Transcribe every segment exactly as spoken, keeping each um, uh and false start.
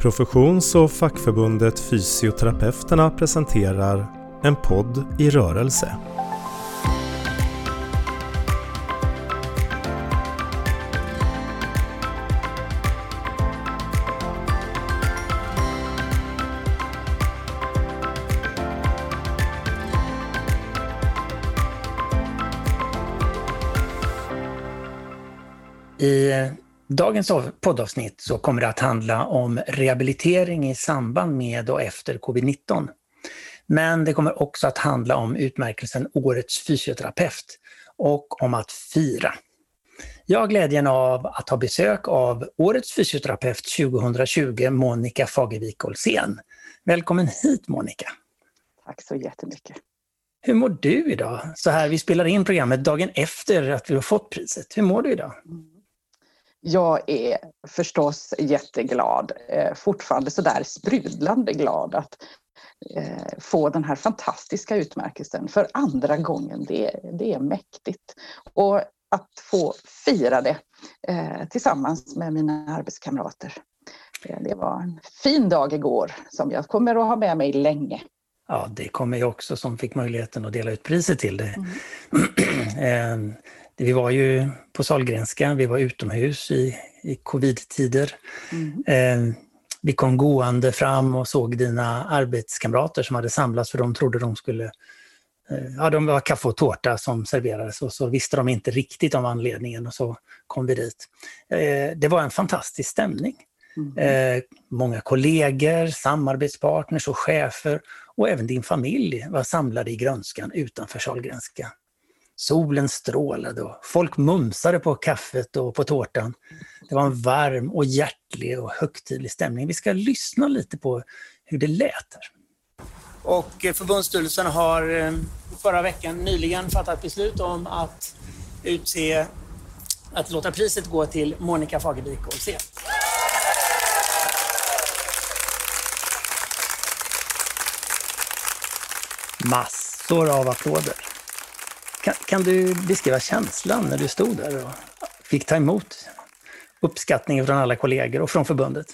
Professions- och fackförbundet Fysioterapeuterna presenterar En podd i rörelse. I dagens poddavsnitt så kommer det att handla om rehabilitering i samband med och efter covid nitton. Men det kommer också att handla om utmärkelsen Årets fysioterapeut och om att fira. Jag har glädjen av att ha besök av Årets fysioterapeut tjugohundratjugo, Monica Fagervik Olsén. Välkommen hit, Monica. Tack så jättemycket. Hur mår du idag? Så här, vi spelar in programmet dagen efter att vi har fått priset. Hur mår du idag? Jag är förstås jätteglad, eh, fortfarande så där sprudlande glad att eh, få den här fantastiska utmärkelsen för andra gången. Det, det är mäktigt. Och att få fira det eh, tillsammans med mina arbetskamrater. Eh, det var en fin dag igår som jag kommer att ha med mig länge. Ja, det kommer jag också som fick möjligheten att dela ut priset till det. Mm. eh, Vi var ju på Sahlgrenska, vi var utomhus i, i covid-tider. Mm. Eh, vi kom gående fram och såg dina arbetskamrater som hade samlats för de trodde de skulle... Eh, ja, de var kaffe och tårta som serverades och så visste de inte riktigt om anledningen och så kom vi dit. Eh, det var en fantastisk stämning. Mm. Eh, många kollegor, samarbetspartners och chefer och även din familj var samlade i grönskan utanför Sahlgrenska. Solen strålade och folk mumsade på kaffet och på tårtan. Det var en varm och hjärtlig och högtidlig stämning. Vi ska lyssna lite på hur det lät. Och förbundsstyrelsen har förra veckan nyligen fattat beslut om att utse, att låta priset gå till Monica Fagervik Olsén. Massor av applåder. Kan, kan du beskriva känslan när du stod där och fick ta emot uppskattning från alla kollegor och från förbundet?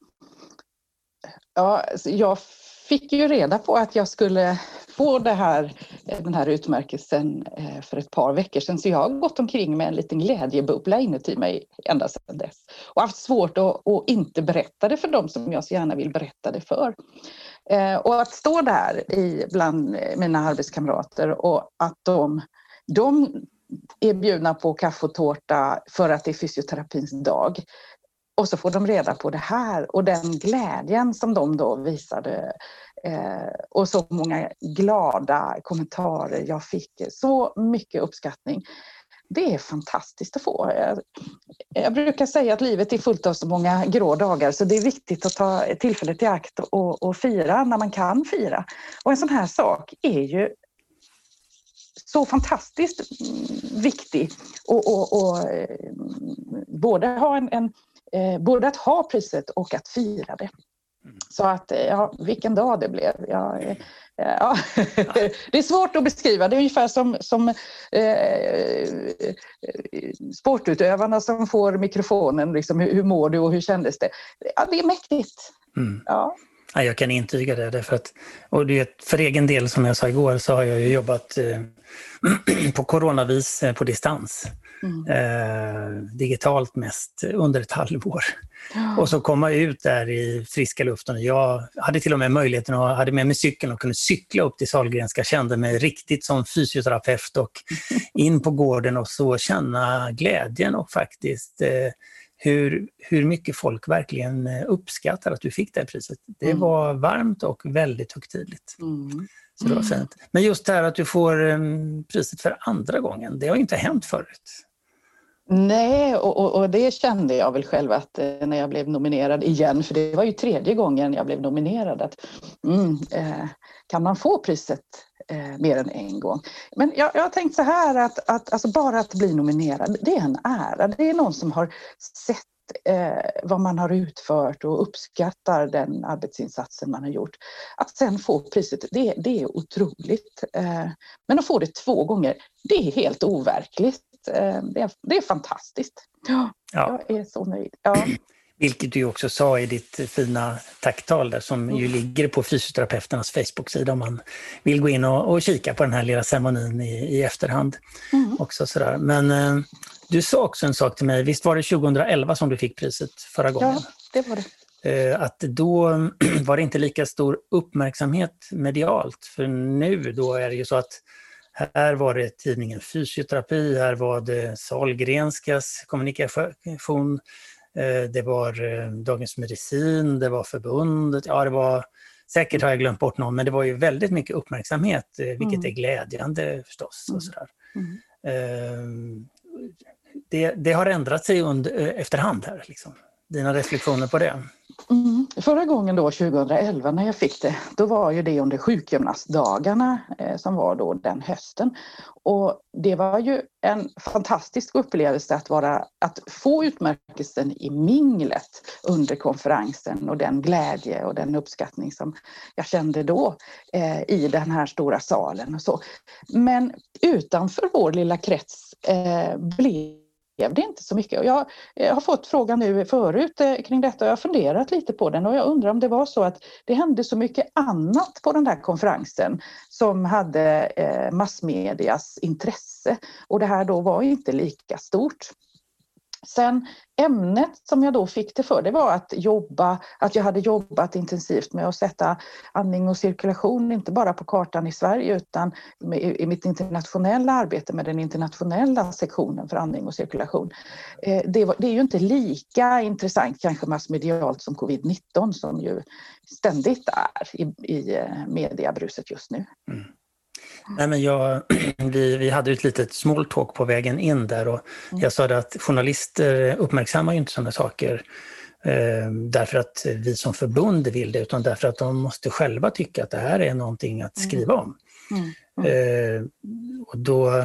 Ja, jag fick ju reda på att jag skulle få det här, den här utmärkelsen för ett par veckor sedan. Så jag har gått omkring med en liten glädjebubbla inuti mig ända sedan dess. Och haft svårt att, att inte berätta det för dem som jag så gärna vill berätta det för. Och att stå där i, bland mina arbetskamrater och att de, de är bjudna på kaffe och tårta för att det är fysioterapins dag. Och så får de reda på det här och den glädjen som de då visade. Eh, och så många glada kommentarer jag fick. Så mycket uppskattning. Det är fantastiskt att få. Jag, jag brukar säga att livet är fullt av så många grå dagar så det är viktigt att ta tillfället i akt och, och fira när man kan fira. Och en sån här sak är ju så fantastiskt viktig och, och, och både, ha en, en, både att ha priset och att fira det. Så att, ja, vilken dag det blev. Ja, ja. Det är svårt att beskriva. Det är ungefär som, som eh, sportutövarna som får mikrofonen. Liksom, hur, hur mår du och hur kändes det? Ja, det är mäktigt. Mm. Ja. Ja, jag kan intyga det. Därför att, och det är för egen del, som jag sa igår, så har jag ju jobbat eh, på coronavis eh, på distans. Mm. Eh, digitalt mest under ett halvår. Ja. Och så komma ut där i friska luften. Jag hade till och med möjligheten att hade med mig cykeln och kunde cykla upp till Sahlgrenska. Kände mig riktigt som fysioterapeut och in på gården och så känna glädjen och faktiskt eh, hur, hur mycket folk verkligen uppskattar att du fick det här priset. Det mm. var varmt och väldigt högtidligt. Mm. Så det var fint. Men just det här att du får um, priset för andra gången, det har inte hänt förut. Nej, och, och, och det kände jag väl själv att eh, när jag blev nominerad igen, för det var ju tredje gången jag blev nominerad, att mm, eh, kan man få priset eh, mer än en gång? Men jag, jag har tänkt så här att, att alltså bara att bli nominerad, det är en ära. Det är någon som har sett eh, vad man har utfört och uppskattar den arbetsinsatsen man har gjort. Att sen få priset, det, det är otroligt. Eh, men att få det två gånger, det är helt overkligt. Det är, det är fantastiskt. Ja, ja. Jag är så nöjd. Ja. Vilket du också sa i ditt fina tacktal där, som ju mm. ligger på fysioterapeuternas Facebook-sida om man vill gå in och, och kika på den här lilla ceremonin i, i efterhand. Mm. Också sådär. Men eh, du sa också en sak till mig, visst var det tjugohundraelva som du fick priset förra gången? Ja, det var det. Eh, att då var det inte lika stor uppmärksamhet medialt, för nu då är det ju så att här var det tidningen Fysioterapi, här var det Sahlgrenskas kommunikation, det var Dagens Medicin, det var förbundet, ja det var, säkert har jag glömt bort någon, men det var ju väldigt mycket uppmärksamhet, vilket mm. är glädjande förstås. Och sådär. Mm. Det, det har ändrat sig under, efterhand här, liksom. Dina reflektioner på det? Mm. Förra gången då, tjugohundraelva, när jag fick det, då var ju det under sjukgymnastdagarna eh, som var då den hösten. Och det var ju en fantastisk upplevelse att, vara, att få utmärkelsen i minglet under konferensen och den glädje och den uppskattning som jag kände då eh, i den här stora salen och så. Men utanför vår lilla krets eh, blev det inte så mycket. Och jag, jag har fått frågan nu förut eh, kring detta och jag har funderat lite på den och jag undrar om det var så att det hände så mycket annat på den där konferensen som hade eh, massmedias intresse och det här då var inte lika stort. Sen ämnet som jag då fick det för, det var att jobba, att jag hade jobbat intensivt med att sätta andning och cirkulation, inte bara på kartan i Sverige utan i mitt internationella arbete med den internationella sektionen för andning och cirkulation. Det, var, det är ju inte lika intressant kanske massmedialt som covid nitton som ju ständigt är i, i mediabruset just nu. Mm. Nej, men jag, vi, vi hade ett litet small talk på vägen in där och mm. jag sa att journalister uppmärksammar ju inte sådana saker eh, därför att vi som förbund vill det utan därför att de måste själva tycka att det här är någonting att skriva om. Mm. Mm. Eh, och då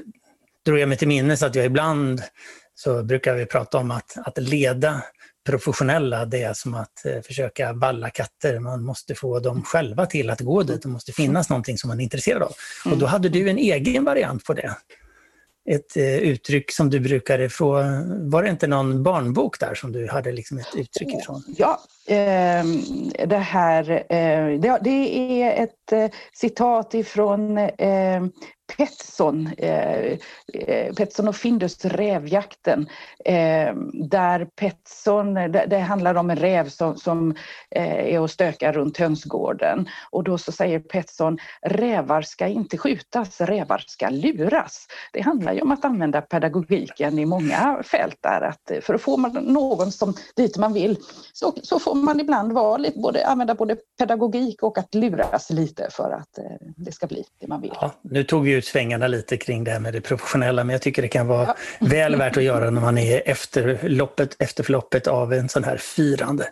drog jag mig till minnes att jag ibland så brukar vi prata om att, att leda professionella, det är som att eh, försöka valla katter. Man måste få dem själva till att gå dit. Det måste finnas någonting som man är intresserad av. Mm. Och då hade du en egen variant på det. Ett eh, uttryck som du brukade få. Var det inte någon barnbok där som du hade liksom ett uttryck ifrån? Ja, eh, det här eh, det, det är ett eh, citat ifrån eh, Petson, eh, Petson och Findus rävjakten, eh, där Petson, det, det handlar om en räv som, som eh, är och stökar runt hönsgården och då så säger Petson, rävar ska inte skjutas, rävar ska luras. Det handlar ju om att använda pedagogiken i många fält där, att för att få någon som dit man vill så, så får man ibland vara lite, både, använda både pedagogik och att luras lite för att eh, det ska bli det man vill. Ja, nu tog vi ut svängarna lite kring det här med det professionella, men jag tycker det kan vara ja. väl värt att göra när man är efter loppet, efter förloppet av en sån här firande.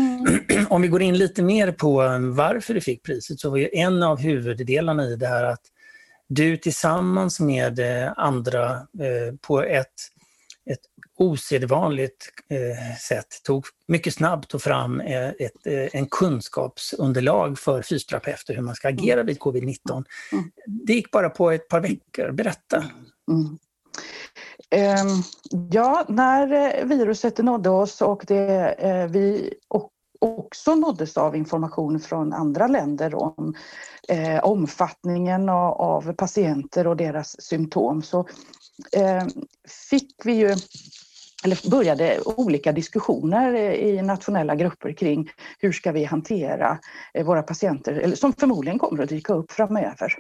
Mm. Om vi går in lite mer på varför du fick priset, så var ju en av huvuddelarna i det här att du tillsammans med andra eh, på ett, ett osedvanligt eh, sätt tog mycket snabbt tog fram eh, ett, eh, en kunskapsunderlag för fysioterapeuter hur man ska agera vid covid nitton. Mm. Det gick bara på ett par veckor. Berätta. Mm. Um, ja, när viruset nådde oss och det, uh, vi och, också nåddes av information från andra länder om eh, omfattningen av, av patienter och deras symptom så eh, fick vi ju eller började olika diskussioner i nationella grupper kring hur ska vi hantera våra patienter, eller som förmodligen kommer att dyka upp framöver.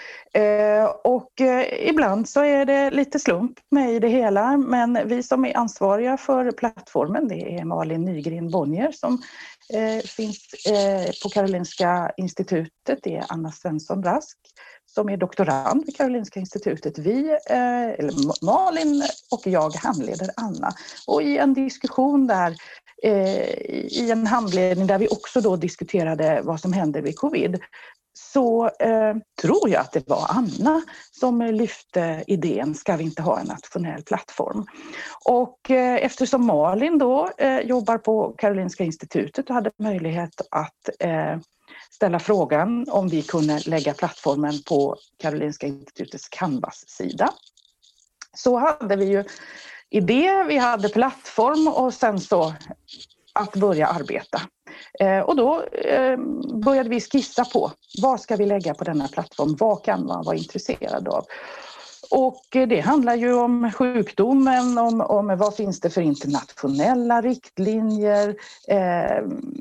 Och ibland så är det lite slump med i det hela, men vi som är ansvariga för plattformen, det är Malin Nygren Bonnier som finns på Karolinska institutet, det är Anna Svensson Rask som är doktorand vid Karolinska institutet. Vi, eh, eller Malin och jag handleder Anna. Och i en diskussion där, eh, i en handledning där vi också då diskuterade vad som händer vid covid, så eh, tror jag att det var Anna som lyfte idén, ska vi inte ha en nationell plattform? Och eh, eftersom Malin då eh, jobbar på Karolinska institutet och hade möjlighet att eh, ställa frågan om vi kunde lägga plattformen på Karolinska institutets Canvas-sida. Så hade vi ju idé, vi hade plattform och sen så att börja arbeta. Eh, och då eh, började vi skissa på vad ska vi lägga på denna plattform, vad kan man vara intresserad av. Och det handlar ju om sjukdomen, om, om vad finns det för internationella riktlinjer, eh,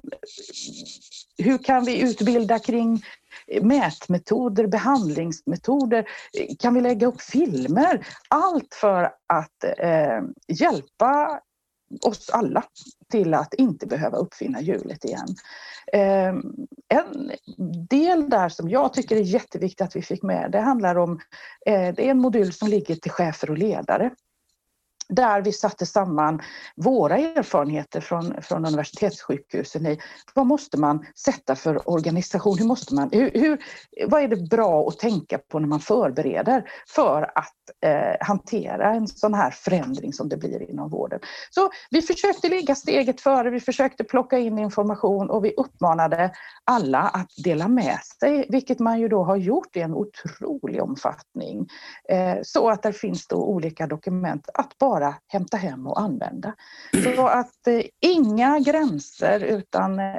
hur kan vi utbilda kring mätmetoder, behandlingsmetoder, kan vi lägga upp filmer? Allt för att eh, hjälpa oss alla till att inte behöva uppfinna hjulet igen. Eh, en del där som jag tycker är jätteviktigt att vi fick med, det handlar om, eh, det är en modul som ligger till chefer och ledare. Där vi satte samman våra erfarenheter från, från universitetssjukhusen i vad måste man sätta för organisation, hur måste man, hur, hur, vad är det bra att tänka på när man förbereder för att eh, hantera en sån här förändring som det blir inom vården. Så vi försökte ligga steget före, vi försökte plocka in information och vi uppmanade alla att dela med sig, vilket man ju då har gjort i en otrolig omfattning. Eh, så att det finns då olika dokument att bara hämta hem och använda. Så att eh, inga gränser utan eh,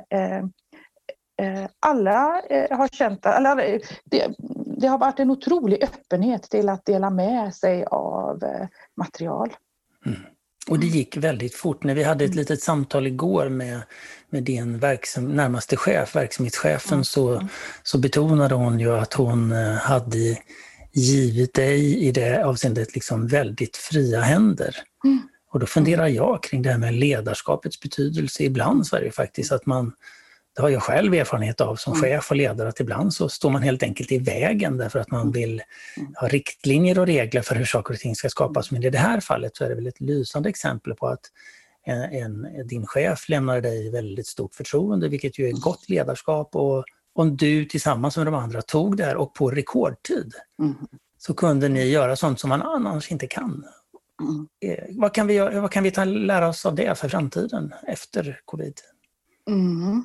eh, alla eh, har känt, alla, det, det har varit en otrolig öppenhet till att dela med sig av eh, material. Mm. Och det gick väldigt fort. När vi hade ett litet samtal igår med, med din verksam, närmaste chef, verksamhetschefen, mm. så, så betonade hon ju att hon hade givit dig i det avseendet liksom väldigt fria händer. Mm. Och då funderar jag kring det här med ledarskapets betydelse ibland, så är det faktiskt att man, det har jag själv erfarenhet av som chef och ledare, att ibland så står man helt enkelt i vägen därför att man vill ha riktlinjer och regler för hur saker och ting ska skapas. Men i det här fallet så är det väl ett lysande exempel på att en, en, din chef lämnar dig väldigt stort förtroende, vilket ju är gott ledarskap, och om du tillsammans med de andra tog det här och på rekordtid mm. så kunde ni göra sånt som man annars inte kan. Mm. Eh, vad kan vi göra, vad kan vi ta, lära oss av det för framtiden efter covid? Mm.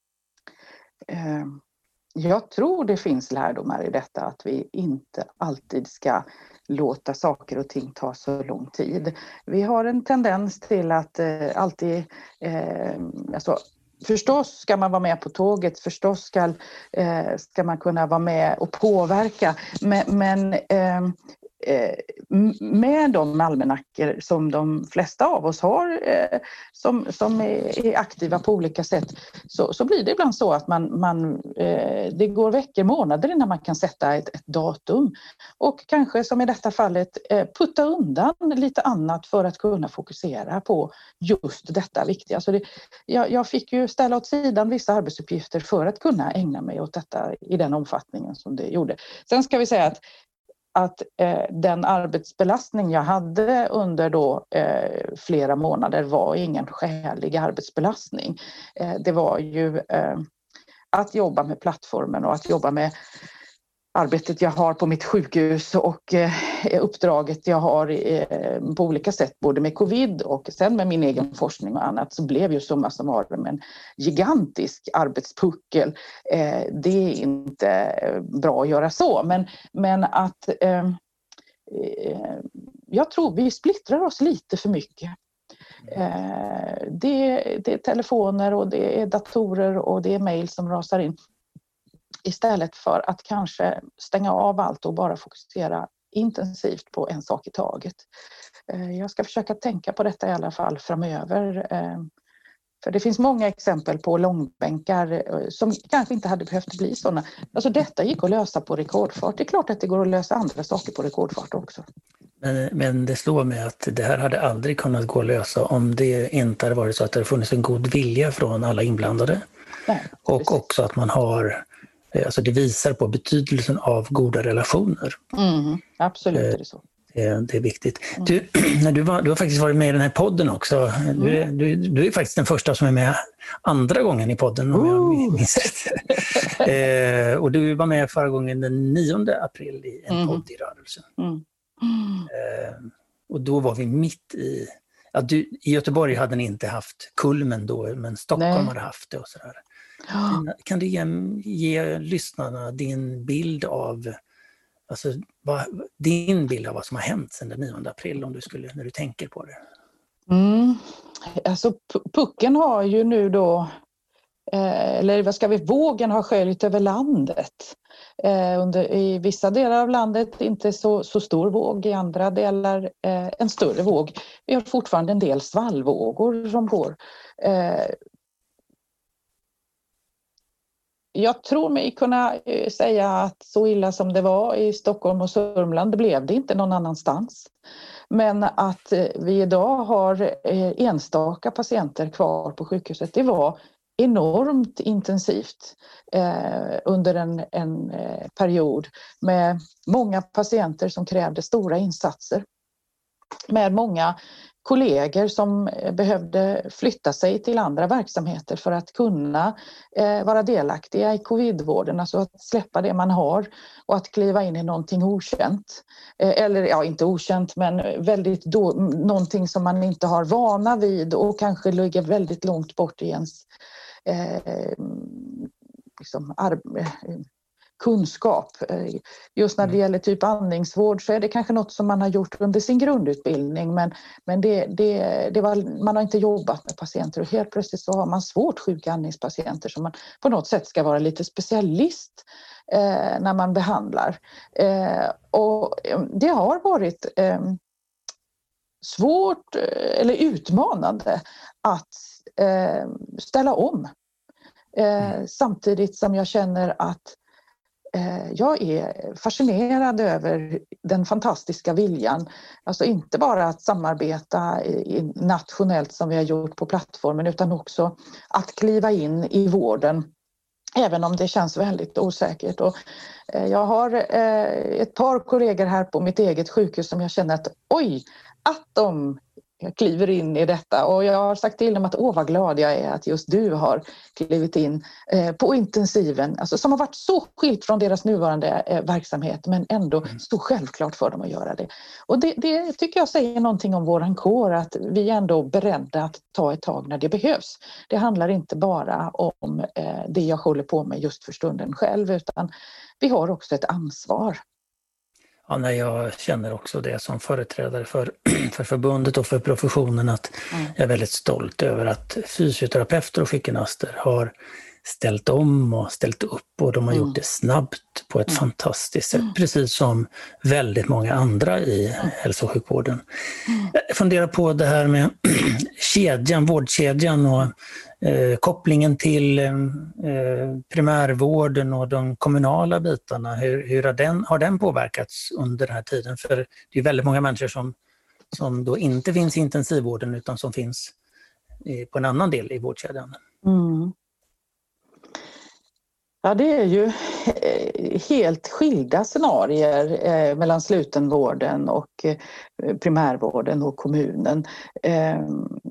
Jag tror det finns lärdomar i detta, att vi inte alltid ska låta saker och ting ta så lång tid. Vi har en tendens till att eh, alltid, eh, alltså, förstås ska man vara med på tåget, förstås ska, eh, ska man kunna vara med och påverka, men, men eh, med de almanackor som de flesta av oss har eh, som, som är, är aktiva på olika sätt, så, så blir det ibland så att man, man, eh, det går veckor, månader innan man kan sätta ett, ett datum, och kanske som i detta fallet eh, putta undan lite annat för att kunna fokusera på just detta viktiga. Så det, jag, jag fick ju ställa åt sidan vissa arbetsuppgifter för att kunna ägna mig åt detta i den omfattningen som det gjorde. Sen ska vi säga att att eh, den arbetsbelastning jag hade under då, eh, flera månader var ingen skälig arbetsbelastning. Eh, det var ju eh, att jobba med plattformen och att jobba med arbetet jag har på mitt sjukhus och eh, uppdraget jag har eh, på olika sätt, både med covid och sen med min egen forskning och annat, så blev ju summa summarum en gigantisk arbetspuckel. Eh, det är inte bra att göra så, men, men att eh, jag tror vi splittrar oss lite för mycket. Eh, det, det är telefoner och det är datorer och det är mejl som rasar in. Istället för att kanske stänga av allt och bara fokusera intensivt på en sak i taget. Jag ska försöka tänka på detta i alla fall framöver. För det finns många exempel på långbänkar som kanske inte hade behövt bli sådana. Alltså detta gick att lösa på rekordfart. Det är klart att det går att lösa andra saker på rekordfart också. Men, men det slår mig att det här hade aldrig kunnat gå att lösa om det inte hade varit så att det hade funnits en god vilja från alla inblandade. Nej, och precis. Också att man har... Alltså det visar på betydelsen av goda relationer. Mm, absolut är det så. Det, det är viktigt. Mm. Du, när du, var, du har faktiskt varit med i den här podden också. Mm. Du, du, du är faktiskt den första som är med andra gången i podden, om jag minns rätt. eh, och du var med förra gången den nionde april i en mm. podd i rörelsen. Mm. Mm. Eh, och då var vi mitt i... Ja, du, i Göteborg hade ni inte haft kulmen då, men Stockholm Nej. hade haft det och sådär. Kan, kan du ge, ge lyssnarna din bild av alltså, vad, din bild av vad som har hänt sedan den nionde april, om du skulle, när du tänker på det? Mm. Alltså pucken har ju nu då, eh, eller vad ska vi, vågen har sköljt över landet. Eh, under, I vissa delar av landet inte så, så stor våg, i andra delar eh, en större våg. Vi har fortfarande en del svallvågor som går. Eh, jag tror mig kunna säga att så illa som det var i Stockholm och Sörmland, det blev det inte någon annanstans. Men att vi idag har enstaka patienter kvar på sjukhuset, det var enormt intensivt eh, under en, en period med många patienter som krävde stora insatser. Med många kollegor som behövde flytta sig till andra verksamheter för att kunna eh, vara delaktiga i covidvården, alltså att släppa det man har och att kliva in i någonting okänt. Eh, eller ja, inte okänt, men väldigt då, någonting som man inte har vana vid och kanske ligger väldigt långt bort i ens eh, liksom, ar- kunskap. Just när det gäller typ andningsvård så är det kanske något som man har gjort under sin grundutbildning, men, men det, det, det var, man har inte jobbat med patienter och helt plötsligt så har man svårt sjuka andningspatienter som man på något sätt ska vara lite specialist eh, när man behandlar. Eh, och det har varit eh, svårt eller utmanande att eh, ställa om. Eh, samtidigt som jag känner att jag är fascinerad över den fantastiska viljan, alltså inte bara att samarbeta nationellt som vi har gjort på plattformen, utan också att kliva in i vården, även om det känns väldigt osäkert. Och jag har ett par kollegor här på mitt eget sjukhus som jag känner att oj, att de jag kliver in i detta, och jag har sagt till dem att åh vad glad jag är att just du har klivit in eh, på intensiven, alltså, som har varit så skilt från deras nuvarande eh, verksamhet, men ändå mm. så självklart för dem att göra det. Och det, det tycker jag säger någonting om våran kår, att vi är ändå beredda att ta ett tag när det behövs. Det handlar inte bara om eh, det jag håller på med just för stunden själv, utan vi har också ett ansvar. Ja, nej, jag känner också det som företrädare för, för förbundet och för professionen, att mm. jag är väldigt stolt över att fysioterapeuter och sjukgymnaster har ställt om och ställt upp, och de har mm. gjort det snabbt på ett mm. fantastiskt sätt, mm. precis som väldigt många andra i mm. hälso- och sjukvården. Mm. Jag funderar på det här med kedjan, vårdkedjan och eh, kopplingen till eh, primärvården och de kommunala bitarna. Hur, hur har, den, har den påverkats under den här tiden? För det är väldigt många människor som, som då inte finns i intensivvården utan som finns i, på en annan del i vårdkedjan. Mm. Ja, det är ju helt skilda scenarier eh, mellan slutenvården och eh, primärvården och kommunen. Eh,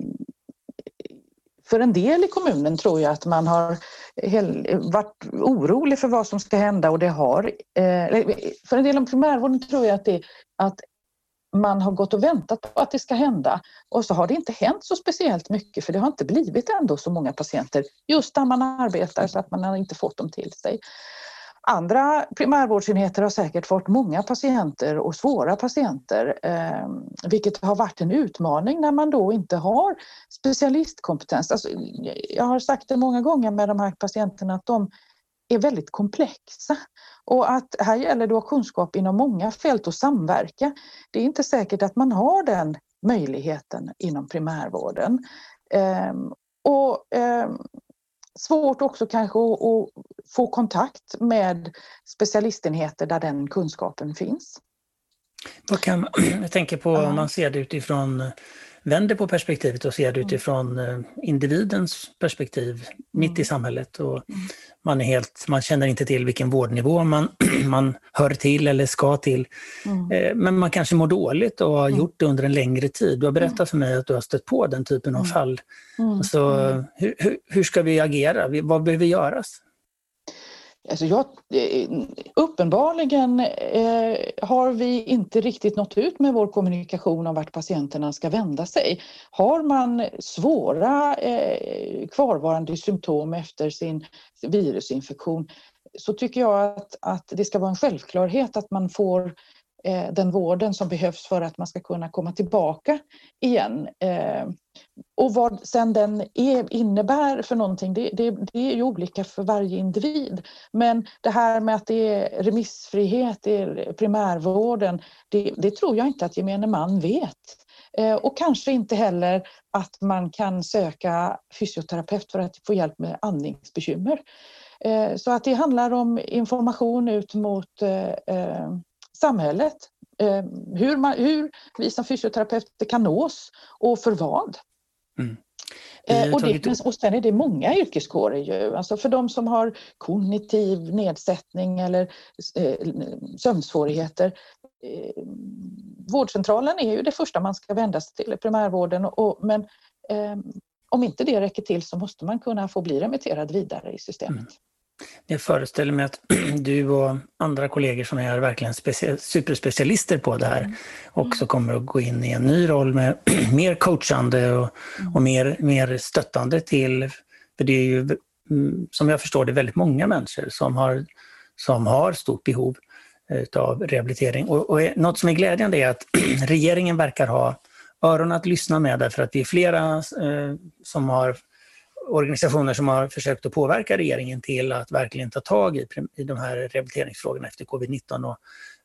för en del i kommunen tror jag att man har hel, varit orolig för vad som ska hända, och det har. Eh, för en del av primärvården tror jag att, det, att man har gått och väntat på att det ska hända, och så har det inte hänt så speciellt mycket, för det har inte blivit ändå så många patienter just där man arbetar, så att man har inte fått dem till sig. Andra primärvårdsenheter har säkert fått många patienter och svåra patienter, eh, vilket har varit en utmaning när man då inte har specialistkompetens. Alltså, jag har sagt det många gånger med de här patienterna att de är väldigt komplexa, och att här gäller då kunskap inom många fält och samverka. Det är inte säkert att man har den möjligheten inom primärvården. Ehm, och ehm, svårt också kanske att, att få kontakt med specialistenheter där den kunskapen finns. Vad kan man, jag tänker på om man ser det utifrån, vänder på perspektivet och ser det utifrån individens perspektiv mm. mitt i samhället, och man är helt, man känner inte till vilken vårdnivå man, man hör till eller ska till. Mm. Men man kanske mår dåligt och har mm. gjort det under en längre tid. Du har berättat mm. för mig att du har stött på den typen av fall. Mm. Så hur, hur, hur ska vi agera? Vad behöver göras? Alltså jag, uppenbarligen eh, har vi inte riktigt nått ut med vår kommunikation om vart patienterna ska vända sig. Har man svåra eh, kvarvarande symptom efter sin virusinfektion, så tycker jag att, att det ska vara en självklarhet att man får eh, den vården som behövs för att man ska kunna komma tillbaka igen. Eh, och vad sen den är, innebär för någonting, det, det, det är ju olika för varje individ. Men det här med att det är remissfrihet, det är primärvården, det, det tror jag inte att gemene man vet. Eh, och kanske inte heller att man kan söka fysioterapeut för att få hjälp med andningsbekymmer. Eh, så att det handlar om information ut mot eh, samhället. Eh, hur, man, hur vi som fysioterapeuter kan nås och för vad. Mm. Eh, och, det, och sen är det många yrkeskårer ju. Alltså för de som har kognitiv nedsättning eller eh, sömnsvårigheter. Eh, vårdcentralen är ju det första man ska vända sig till, primärvården. Och, men eh, om inte det räcker till så måste man kunna få bli remitterad vidare i systemet. Mm. Jag föreställer mig att du och andra kollegor som är verkligen specie- superspecialister på det här mm. också kommer att gå in i en ny roll med mer coachande och, mm. och mer, mer stöttande till, för det är ju som jag förstår det väldigt många människor som har, som har stort behov av rehabilitering. Och, och något som är glädjande är att regeringen verkar ha öron att lyssna med, därför att det är flera eh, som har organisationer som har försökt att påverka regeringen till att verkligen ta tag i, i de här rehabiliteringsfrågorna efter covid nitton. Och,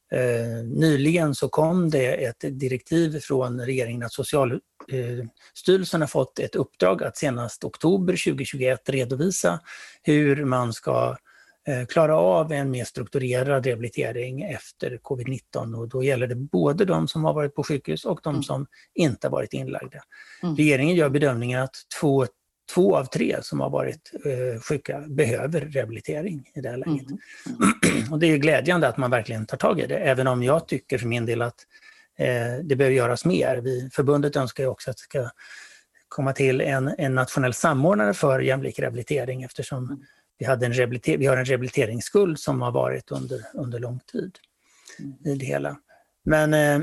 eh, nyligen så kom det ett direktiv från regeringen att Socialstyrelsen har fått ett uppdrag att senast oktober tjugohundratjugoett redovisa hur man ska eh, klara av en mer strukturerad rehabilitering efter covid nitton. Och då gäller det både de som har varit på sjukhus och de mm. som inte har varit inlagda. Mm. Regeringen gör bedömningen att två Två av tre som har varit eh, sjuka behöver rehabilitering i det här läget. Mm. Mm. Och det är glädjande att man verkligen tar tag i det, även om jag tycker för min del att eh, det behöver göras mer. Vi, förbundet önskar ju också att det ska komma till en, en nationell samordnare för jämlik rehabilitering, eftersom mm. vi, hade en rehabiliter- vi har en rehabiliteringsskuld som har varit under, under lång tid mm. i det hela. Men eh,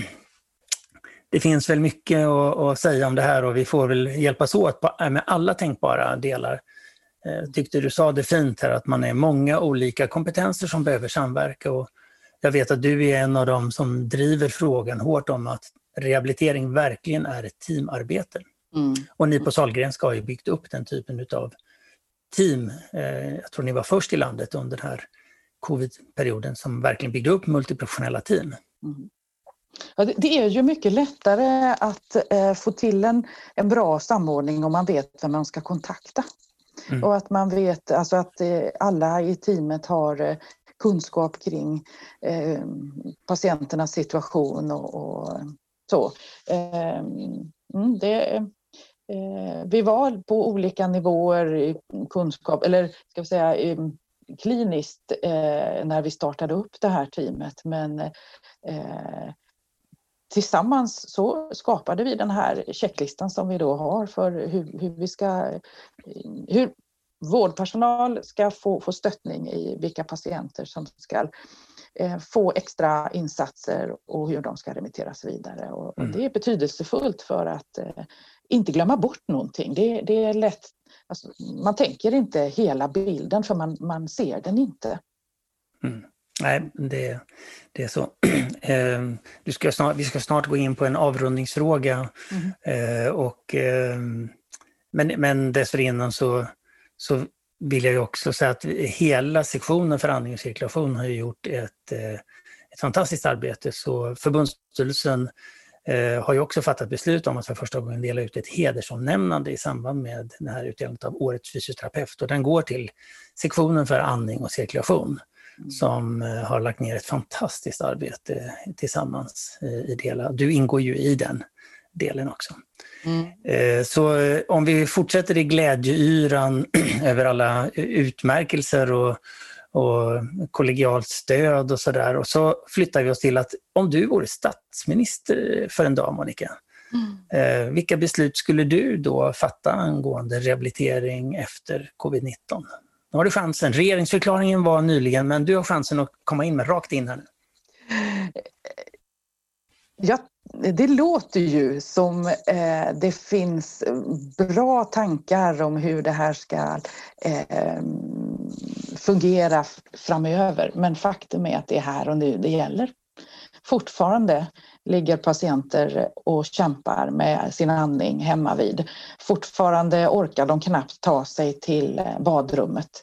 det finns väl mycket att, att säga om det här, och vi får väl hjälpas åt med alla tänkbara delar. Jag tyckte du sa det fint här, att man är många olika kompetenser som behöver samverka, och jag vet att du är en av dem som driver frågan hårt om att rehabilitering verkligen är ett teamarbete. Mm. Och ni på Sahlgrenska har ju byggt upp den typen av team. Jag tror ni var först i landet under den här covid-perioden som verkligen byggde upp multiprofessionella team. Mm. Ja, det är ju mycket lättare att eh, få till en, en bra samordning om man vet vem man ska kontakta. Mm. Och att man vet, alltså att eh, alla i teamet har eh, kunskap kring eh, patienternas situation och, och så. Eh, mm, det, eh, vi var på olika nivåer i kunskap, eller ska vi säga i, kliniskt eh, när vi startade upp det här teamet, men eh, tillsammans så skapade vi den här checklistan som vi då har för hur, hur vi ska, hur vårdpersonal ska få, få stöttning i vilka patienter som ska eh, få extra insatser och hur de ska remitteras vidare. Och, mm. och det är betydelsefullt för att eh, inte glömma bort någonting. Det, det är lätt, alltså, man tänker inte hela bilden för man, man ser den inte. Mm. Nej, det, det är så. Eh, du ska snart, vi ska snart gå in på en avrundningsfråga. Mm. Eh, och, eh, men, men dessförinnan så, så vill jag ju också säga att hela sektionen för andning och cirkulation har gjort ett, ett fantastiskt arbete. Så förbundsstyrelsen eh, har ju också fattat beslut om att för första gången dela ut ett hedersomnämnande i samband med den här utdelningen av årets fysioterapeut. Och den går till sektionen för andning och cirkulation. Mm. Som har lagt ner ett fantastiskt arbete tillsammans i det hela. Du ingår ju i den delen också. Mm. Så om vi fortsätter i glädjeyran över alla utmärkelser och, och kollegialt stöd och sådär, och så flyttar vi oss till att om du vore statsminister för en dag, Monica, mm. vilka beslut skulle du då fatta angående rehabilitering efter covid nitton? Nu har du chansen. Regeringsförklaringen var nyligen, men du har chansen att komma in med rakt in här nu. Ja, det låter ju som eh, det finns bra tankar om hur det här ska eh, fungera framöver. Men faktum är att det är här och nu det gäller. Fortfarande ligger patienter och kämpar med sin andning hemma vid. Fortfarande orkar de knappt ta sig till badrummet.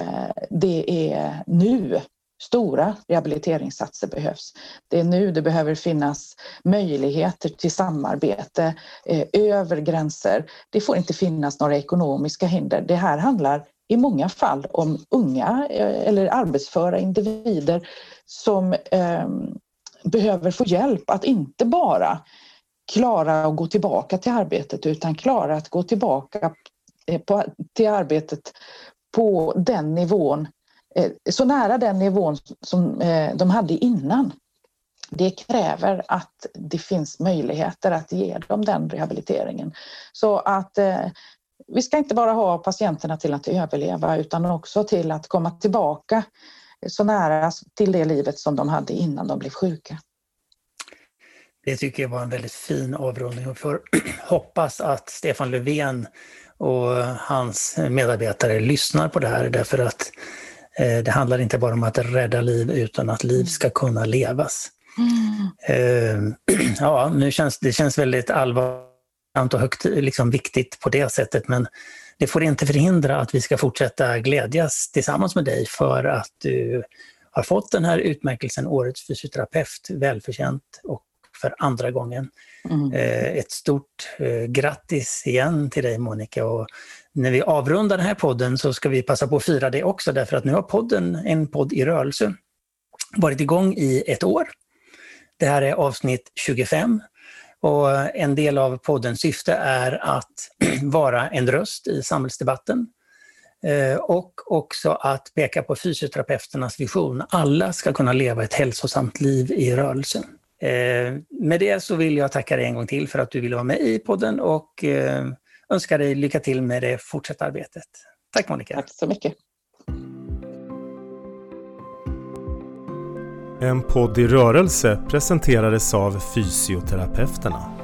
Det är nu stora rehabiliteringsinsatser behövs. Det är nu det behöver finnas möjligheter till samarbete eh, över gränser. Det får inte finnas några ekonomiska hinder. Det här handlar i många fall om unga eh, eller arbetsföra individer som eh, behöver få hjälp att inte bara klara att gå tillbaka till arbetet utan klara att gå tillbaka eh, på, till arbetet på den nivån, så nära den nivån som de hade innan. Det kräver att det finns möjligheter att ge dem den rehabiliteringen. Så att eh, vi ska inte bara ha patienterna till att överleva utan också till att komma tillbaka så nära till det livet som de hade innan de blev sjuka. Det tycker jag var en väldigt fin avrundning och får hoppas att Stefan Löfven och hans medarbetare lyssnar på det här, därför att det handlar inte bara om att rädda liv utan att liv ska kunna levas. Mm. Ja, nu känns det känns väldigt allvarligt och högt, liksom viktigt på det sättet, men det får inte förhindra att vi ska fortsätta glädjas tillsammans med dig för att du har fått den här utmärkelsen Årets fysioterapeut, välförtjänt och för andra gången. Mm. Ett stort grattis igen till dig, Monica, och när vi avrundar den här podden så ska vi passa på att fira det också, därför att nu har podden, en podd i rörelse, varit igång i ett år. Det här är avsnitt tjugofem och en del av poddens syfte är att vara en röst i samhällsdebatten och också att peka på fysioterapeuternas vision. Alla ska kunna leva ett hälsosamt liv i rörelse. Med det så vill jag tacka dig en gång till för att du ville vara med i podden och önskar dig lycka till med det fortsatta arbetet. Tack, Monica. Tack så mycket. En podd i rörelse presenterades av Fysioterapeuterna.